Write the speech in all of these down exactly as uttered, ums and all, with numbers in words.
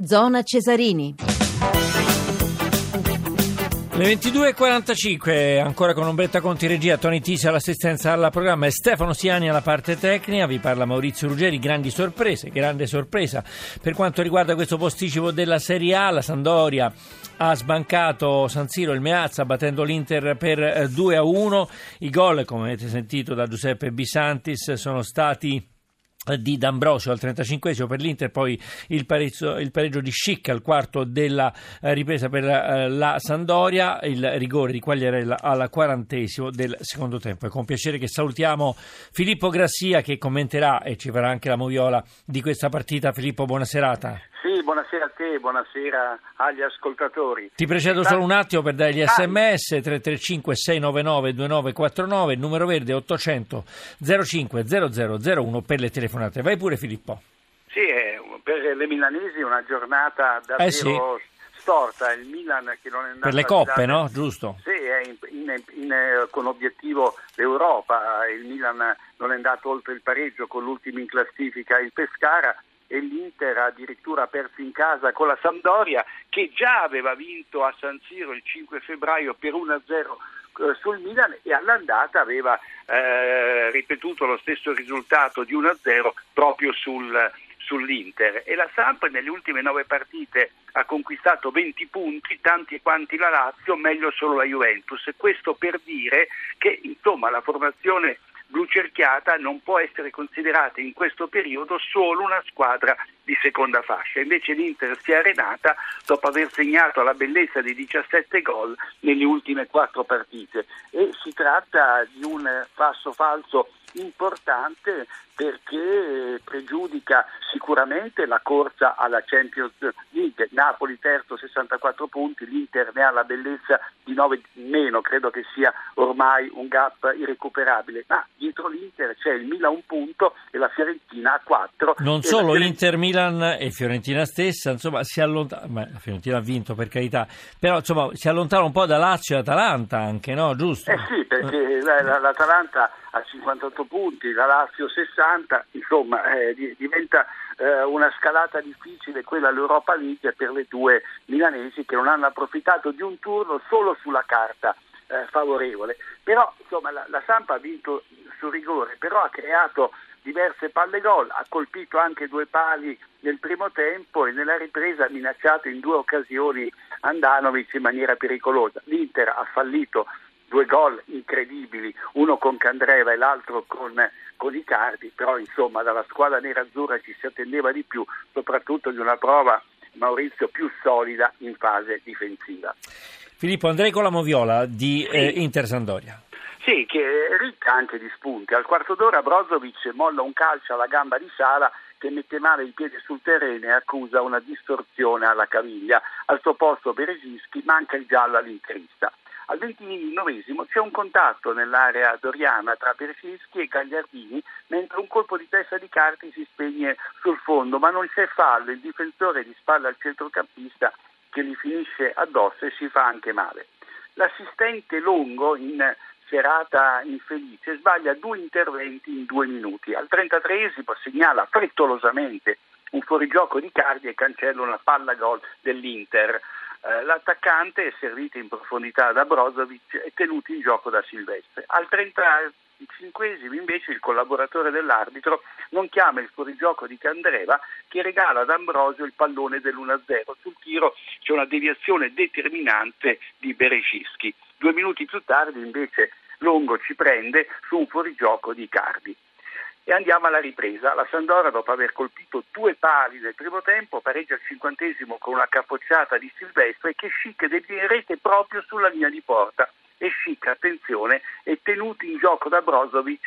Zona Cesarini. Le ventidue e quarantacinque, ancora con Ombretta Conti regia, Tony Tisi all'assistenza al programma e Stefano Siani alla parte tecnica. Vi parla Maurizio Ruggeri. Grandi sorprese, grande sorpresa per quanto riguarda questo posticipo della Serie A. La Sampdoria ha sbancato San Siro, il Meazza, battendo l'Inter per due a uno. I gol, come avete sentito da Giuseppe Bisantis, sono stati di D'Ambrosio al trentacinquesimo per l'Inter, poi il pareggio, il pareggio di Schick al quarto della eh, ripresa per eh, la Sampdoria, il rigore di Quagliarella al quarantesimo del secondo tempo. È con piacere che salutiamo Filippo Grassia, che commenterà e ci farà anche la moviola di questa partita. Filippo, buona serata. Sì, buonasera a te, buonasera agli ascoltatori. Ti precedo solo un attimo per dare gli sms: tre tre cinque sei nove nove due nove quattro nove, il numero verde ottocento zero cinque zero zero zero uno per le telefonate. Vai pure, Filippo. Sì, eh, per le milanesi è una giornata davvero eh sì. storta. Il Milan che non è andato per le coppe, dare... no? Giusto? Sì, è in, in, in, con obiettivo l'Europa. Il Milan non è andato oltre il pareggio con l'ultimo in classifica, il Pescara, e l'Inter ha addirittura perso in casa con la Sampdoria, che già aveva vinto a San Siro il cinque febbraio per uno a zero sul Milan, e all'andata aveva eh, ripetuto lo stesso risultato di uno a zero proprio sul, sull'Inter. E la Samp nelle ultime nove partite ha conquistato venti punti, tanti quanti la Lazio, meglio solo la Juventus. E questo per dire che insomma la formazione blucerchiata non può essere considerata in questo periodo solo una squadra di seconda fascia. Invece l'Inter si è arenata dopo aver segnato la bellezza di diciassette gol nelle ultime quattro partite, e si tratta di un passo falso importante perché pregiudica sicuramente la corsa alla Champions League. Napoli terzo, sessantaquattro punti, l'Inter ne ha la bellezza di nove meno, credo che sia ormai un gap irrecuperabile, ma dietro l'Inter c'è il Milan un punto e la Fiorentina a quattro. Non solo Fiorentina... Inter, Milan e Fiorentina stessa, insomma si allontana, ma la Fiorentina ha vinto per carità, però insomma si allontana un po' da Lazio e Atalanta anche, no? Giusto? Eh sì, perché l'Atalanta ha cinquantotto punti, la Lazio sessanta, insomma eh, diventa eh, una scalata difficile quella all'Europa League per le due milanesi, che non hanno approfittato di un turno solo sulla carta eh, favorevole. Però insomma la, la Samp ha vinto sul rigore, però ha creato diverse palle gol, ha colpito anche due pali nel primo tempo e nella ripresa ha minacciato in due occasioni Andanovic in maniera pericolosa. L'Inter ha fallito due gol incredibili, uno con Candreva e l'altro con, con Icardi, però insomma dalla squadra nerazzurra ci si attendeva di più, soprattutto di una prova, Maurizio, più solida in fase difensiva. Filippo, andrei con la moviola di sì. eh, Inter Sampdoria. Sì, che è ricca anche di spunti. Al quarto d'ora Brozovic molla un calcio alla gamba di Sala, che mette male il piede sul terreno e accusa una distorsione alla caviglia. Al suo posto Berezinski, manca il giallo all'interista. Al ventinovesimo c'è un contatto nell'area doriana tra Berezinski e Gagliardini, mentre un colpo di testa di Carti si spegne sul fondo, ma non c'è fallo. Il difensore di spalla al centrocampista che gli finisce addosso e si fa anche male. L'assistente Longo, in serata infelice, sbaglia due interventi in due minuti. Al trentatreesimo segnala frettolosamente un fuorigioco di Cardi e cancella una palla gol dell'Inter. Eh, l'attaccante è servito in profondità da Brozovic e tenuto in gioco da Silvestre. Al trentacinquesimo invece il collaboratore dell'arbitro non chiama il fuorigioco di Candreva, che regala ad Ambrosio il pallone dell'uno a zero. Sul tiro c'è una deviazione determinante di Berezinski. Due minuti più tardi invece Longo ci prende su un fuorigioco di Icardi. E andiamo alla ripresa. La Sampdoria, dopo aver colpito due pali nel primo tempo, pareggia al cinquantesimo con una capocciata di Silvestre, che Schick devia in rete proprio sulla linea di porta. E Schick, attenzione, è tenuto in gioco da Brozovic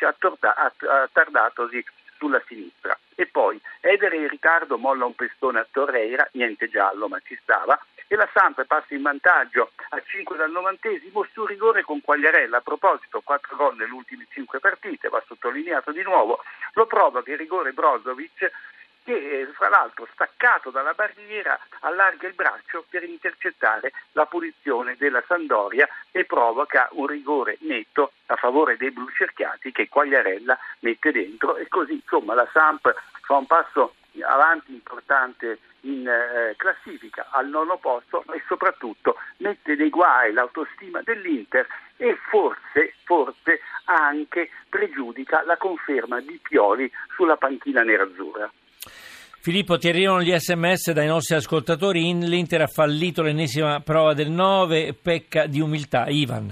attardatosi sulla sinistra. E poi Eder in ritardo molla un pestone a Torreira, niente giallo ma ci stava, e la Samp passa in vantaggio a cinque dal novantesimo su rigore con Quagliarella. A proposito, quattro gol nelle ultime cinque partite, va sottolineato di nuovo, lo provoca il rigore Brozovic, che fra l'altro, staccato dalla barriera, allarga il braccio per intercettare la punizione della Sampdoria e provoca un rigore netto a favore dei blucerchiati che Quagliarella mette dentro, e così insomma la Samp fa un passo avanti importante in eh, classifica al nono posto e soprattutto mette nei guai l'autostima dell'Inter e forse, forse anche pregiudica la conferma di Pioli sulla panchina nerazzurra. Filippo, ti arrivano gli sms dai nostri ascoltatori. L'Inter ha fallito l'ennesima prova del nove, pecca di umiltà. Ivan.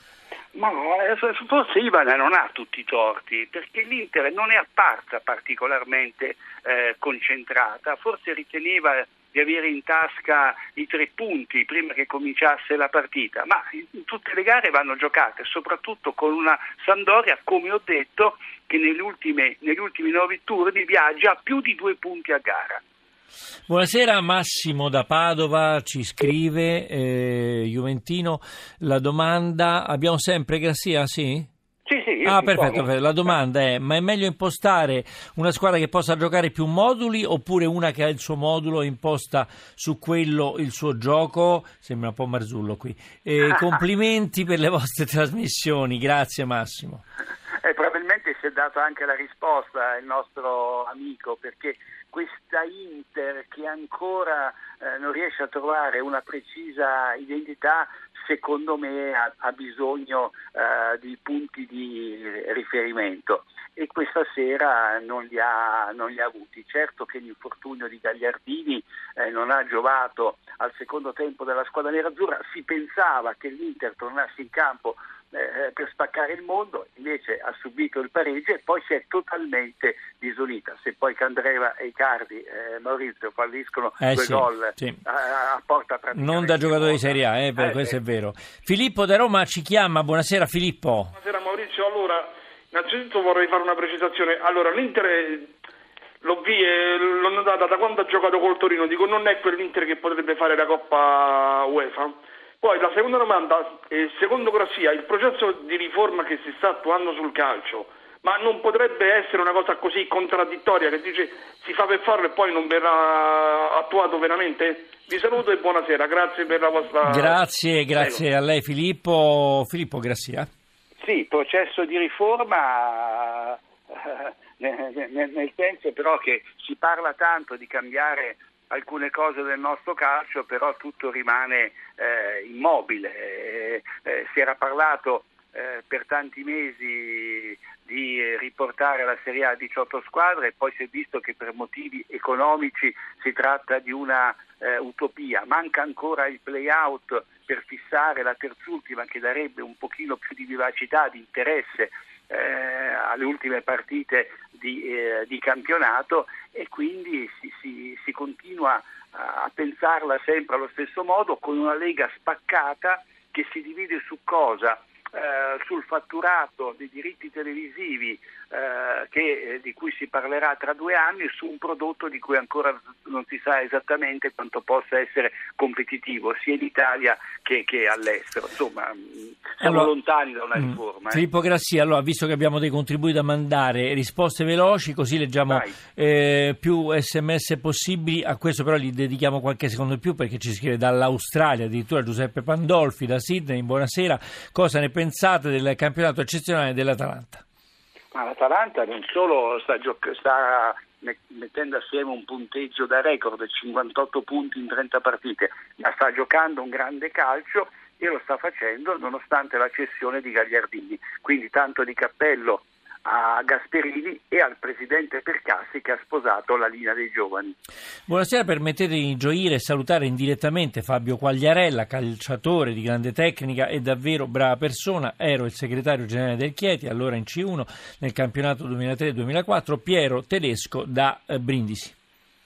Ma forse Ivan non ha tutti i torti, perché l'Inter non è apparsa particolarmente eh, concentrata, forse riteneva di avere in tasca i tre punti prima che cominciasse la partita, ma in tutte le gare vanno giocate, soprattutto con una Sampdoria, come ho detto, che negli ultimi, negli ultimi nove turni viaggia a più di due punti a gara. Buonasera, Massimo da Padova ci scrive, eh, Juventino, la domanda, abbiamo sempre Grassia, sì? Sì, sì. Ah, perfetto, perfetto. La domanda è, ma è meglio impostare una squadra che possa giocare più moduli oppure una che ha il suo modulo e imposta su quello il suo gioco? Sembra un po' Marzullo qui. Eh, complimenti per le vostre trasmissioni, grazie Massimo. Eh, probabilmente si è dato anche la risposta il nostro amico, perché questa Inter che ancora eh, non riesce a trovare una precisa identità, secondo me ha, ha bisogno eh, di punti di riferimento e questa sera non li ha, non li ha avuti. Certo che l'infortunio di Gagliardini eh, non ha giovato al secondo tempo della squadra nerazzurra, si pensava che l'Inter tornasse in campo eh, per spaccare il mondo, invece ha subito il pareggio e poi si è totalmente disunita. Se poi Candreva e Icardi, eh, Maurizio, falliscono eh due sì, gol sì. A, a porta praticamente non da giocatore di Serie A, eh, per eh, questo eh. è vero. Filippo da Roma ci chiama, buonasera Filippo. Buonasera Maurizio, allora innanzitutto vorrei fare una precisazione. Allora l'Inter è... L'ho, vi, eh, l'ho notata da quando ha giocato col Torino, dico non è quell'Inter che potrebbe fare la Coppa UEFA. Poi la seconda domanda, eh, secondo Grassia, il processo di riforma che si sta attuando sul calcio, ma non potrebbe essere una cosa così contraddittoria che dice si fa per farlo e poi non verrà attuato veramente? Vi saluto e buonasera, grazie per la vostra... Grazie, grazie Prego. a lei Filippo. Filippo Grassia. Sì, processo di riforma... Nel, nel senso però che si parla tanto di cambiare alcune cose del nostro calcio, però tutto rimane eh, immobile. Eh, eh, si era parlato eh, per tanti mesi di eh, riportare la Serie A a diciotto squadre e poi si è visto che per motivi economici si tratta di una eh, utopia. Manca ancora il play-out per fissare la terzultima, che darebbe un pochino più di vivacità, di interesse Eh, alle ultime partite di, eh, di campionato e quindi si, si, si continua a pensarla sempre allo stesso modo, con una lega spaccata che si divide su cosa? Eh, sul fatturato dei diritti televisivi eh, che, eh, di cui si parlerà tra due anni, su un prodotto di cui ancora non si sa esattamente quanto possa essere competitivo sia in Italia che, che all'estero. Insomma, siamo allora, lontani da una riforma. Eh. Filippo Grassia, allora, visto che abbiamo dei contributi da mandare, risposte veloci, così leggiamo eh, più sms possibili. A questo però gli dedichiamo qualche secondo in più, perché ci scrive dall'Australia addirittura Giuseppe Pandolfi da Sydney. Buonasera, cosa ne pensate del campionato eccezionale dell'Atalanta? Ma l'Atalanta non solo sta, gioc- sta mettendo assieme un punteggio da record, cinquantotto punti in trenta partite, ma sta giocando un grande calcio e lo sta facendo nonostante la cessione di Gagliardini. Quindi tanto di cappello a Gasperini e al presidente Percassi, che ha sposato la linea dei giovani. Buonasera, permettete di gioire e salutare indirettamente Fabio Quagliarella, calciatore di grande tecnica e davvero brava persona. Ero il segretario generale del Chieti, allora in C uno, nel campionato duemilatré duemilaquattro. Piero Tedesco da eh, Brindisi.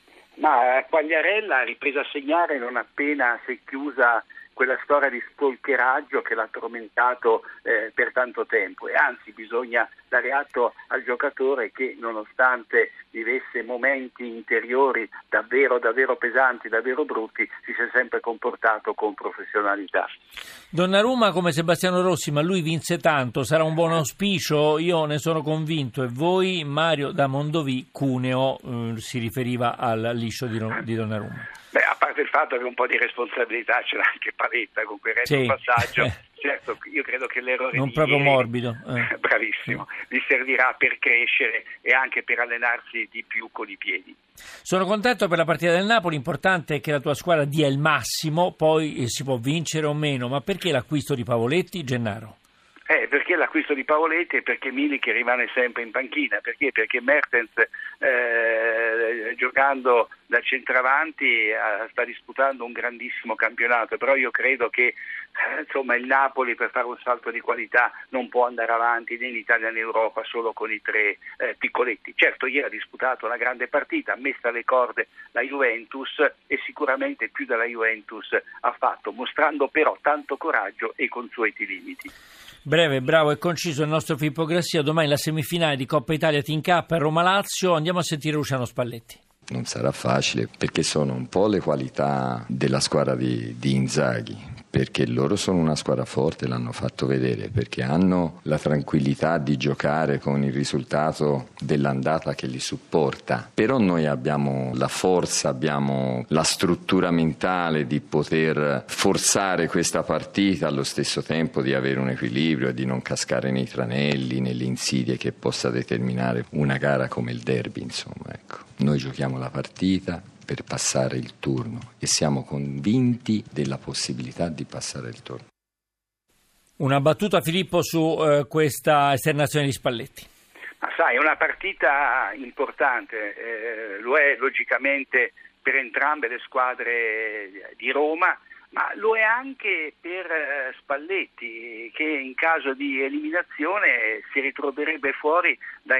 Ma Quagliarella ha ripreso a segnare non appena si è chiusa quella storia di stalkeraggio che l'ha tormentato eh, per tanto tempo, e anzi bisogna dare atto al giocatore che, nonostante vivesse momenti interiori davvero davvero pesanti, davvero brutti, si sia sempre comportato con professionalità. Donnarumma come Sebastiano Rossi, ma lui vinse tanto, sarà un buon auspicio, io ne sono convinto. E voi? Mario da Mondovì, Cuneo, eh, si riferiva al liscio di, di Donnarumma. Beh, a parte il fatto che un po' di responsabilità ce l'ha anche Pavetta con quel retro sì. passaggio, certo, io credo che l'errore non di proprio ieri, morbido. Eh. Bravissimo, vi servirà per crescere e anche per allenarsi di più con i piedi. Sono contento per la partita del Napoli, importante è che la tua squadra dia il massimo, poi eh, si può vincere o meno, ma perché l'acquisto di Pavoletti, Gennaro? Eh, perché l'acquisto di Pavoletti e perché Milik rimane sempre in panchina, perché? Perché Mertens eh, giocando da centravanti eh, sta disputando un grandissimo campionato, però io credo che eh, insomma il Napoli per fare un salto di qualità non può andare avanti né in Italia né in Europa solo con i tre eh, piccoletti. Certo, ieri ha disputato una grande partita, ha messo alle corde la Juventus e sicuramente più della Juventus ha fatto, mostrando però tanto coraggio e consueti limiti. Breve, bravo e conciso il nostro Filippo Grassia. Domani la semifinale di Coppa Italia Team Cup a Roma-Lazio. Andiamo a sentire Luciano Spalletti. Non sarà facile perché sono un po' le qualità della squadra di, di Inzaghi, perché loro sono una squadra forte, l'hanno fatto vedere, perché hanno la tranquillità di giocare con il risultato dell'andata che li supporta, però noi abbiamo la forza, abbiamo la struttura mentale di poter forzare questa partita, allo stesso tempo di avere un equilibrio e di non cascare nei tranelli, nelle insidie che possa determinare una gara come il derby, insomma, ecco. Noi giochiamo la partita per passare il turno e siamo convinti della possibilità di passare il turno. Una battuta, Filippo, su eh, questa esternazione di Spalletti. Ma sai, è una partita importante, eh, lo è logicamente per entrambe le squadre di Roma, ma lo è anche per eh, Spalletti, che in caso di eliminazione si ritroverebbe fuori da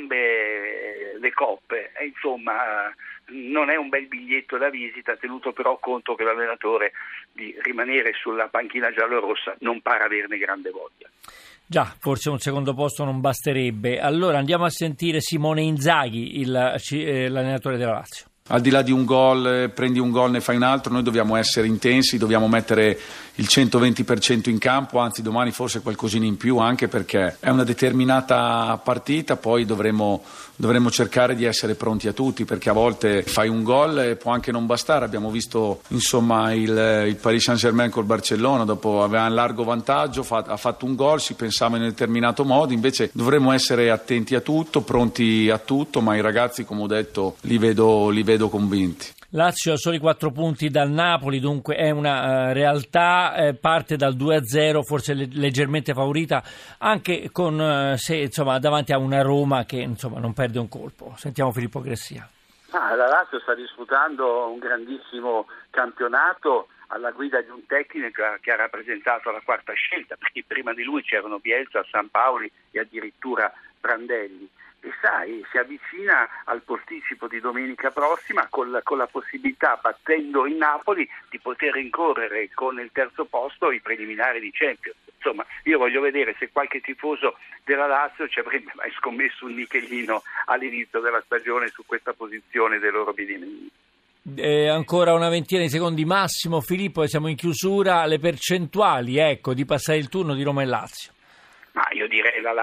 entrambe le coppe. E, insomma, non è un bel biglietto da visita, tenuto però conto che l'allenatore di rimanere sulla panchina giallorossa non pare averne grande voglia. Già, forse un secondo posto non basterebbe. Allora andiamo a sentire Simone Inzaghi, il, eh, l'allenatore della Lazio. Al di là di un gol, prendi un gol, ne fai un altro, noi dobbiamo essere intensi, dobbiamo mettere il centoventi per cento in campo, anzi domani forse qualcosina in più, anche perché è una determinata partita, poi dovremo, dovremo cercare di essere pronti a tutti, perché a volte fai un gol e può anche non bastare. Abbiamo visto insomma il, il Paris Saint-Germain col Barcellona, dopo aveva un largo vantaggio, fa, ha fatto un gol, si pensava in un determinato modo, invece dovremo essere attenti a tutto, pronti a tutto, ma i ragazzi, come ho detto, li vedo, li vedo convinti. Lazio ha soli quattro punti dal Napoli, dunque è una uh, realtà, eh, parte dal due a zero, forse le- leggermente favorita, anche con uh, se insomma davanti a una Roma che insomma non perde un colpo. Sentiamo Filippo Grassia. Ah, la Lazio sta disputando un grandissimo campionato alla guida di un tecnico che ha rappresentato la quarta scelta, perché prima di lui c'erano Bielsa, Sampaoli e addirittura Prandelli. E sai, si avvicina al posticipo di domenica prossima con la, con la possibilità, battendo il Napoli, di poter rincorrere con il terzo posto i preliminari di Champions. Insomma, io voglio vedere se qualche tifoso della Lazio ci avrebbe mai scommesso un nichelino all'inizio della stagione su questa posizione dei loro bidini. Eh, ancora una ventina di secondi massimo, Filippo, e siamo in chiusura. Le percentuali, ecco, di passare il turno di Roma e Lazio. Ma io direi la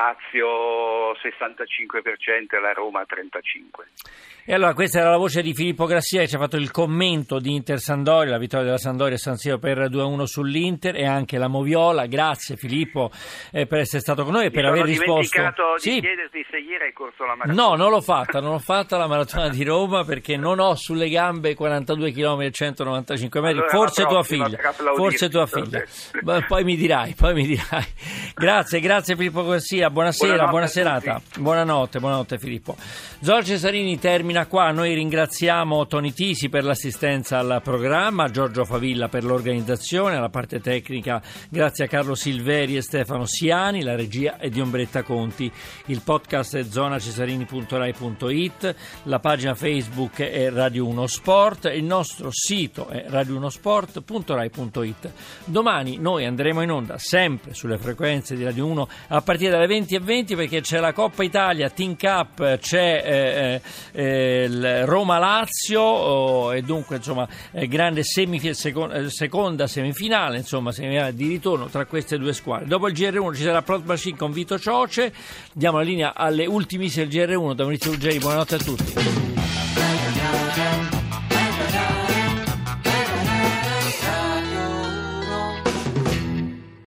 Lazio sessantacinque per cento e la Roma trentacinque per cento. E allora questa era la voce di Filippo Grassia che ci ha fatto il commento di Inter-Sampdoria, la vittoria della Sampdoria a San Siro per due a uno sull'Inter, e anche la Moviola. Grazie Filippo eh, per essere stato con noi e per aver risposto. Mi sono dimenticato sì. di chiederti se ieri hai corso la maratona. No, non l'ho fatta, non ho fatta la maratona di Roma perché non ho sulle gambe quarantadue chilometri e centonovantacinque metri, allora, forse tua figlia, forse tua figlia. Beh, poi mi dirai, poi mi dirai. Grazie, grazie Filippo Grassia, buonasera, buona serata, buonanotte, buonanotte Filippo. Giorgio Cesarini termina qua, noi ringraziamo Tony Tisi per l'assistenza al programma, Giorgio Favilla per l'organizzazione, alla parte tecnica grazie a Carlo Silveri e Stefano Siani, la regia è di Ombretta Conti, il podcast è zona cesarini punto rai punto it, la pagina Facebook è Radio uno Sport, il nostro sito è radio uno sport punto rai punto it. Domani noi andremo in onda sempre sulle frequenze di Radio uno a partire dalle venti e venti perché c'è la Coppa Italia Team Cup, c'è eh, eh, il Roma-Lazio oh, e dunque insomma eh, grande semif- seco- seconda semifinale, insomma semifinale di ritorno tra queste due squadre. Dopo il G R uno ci sarà Plot Machine con Vito Cioce, diamo la linea alle ultimissime del G R uno da Maurizio Ruggeri, buonanotte a tutti.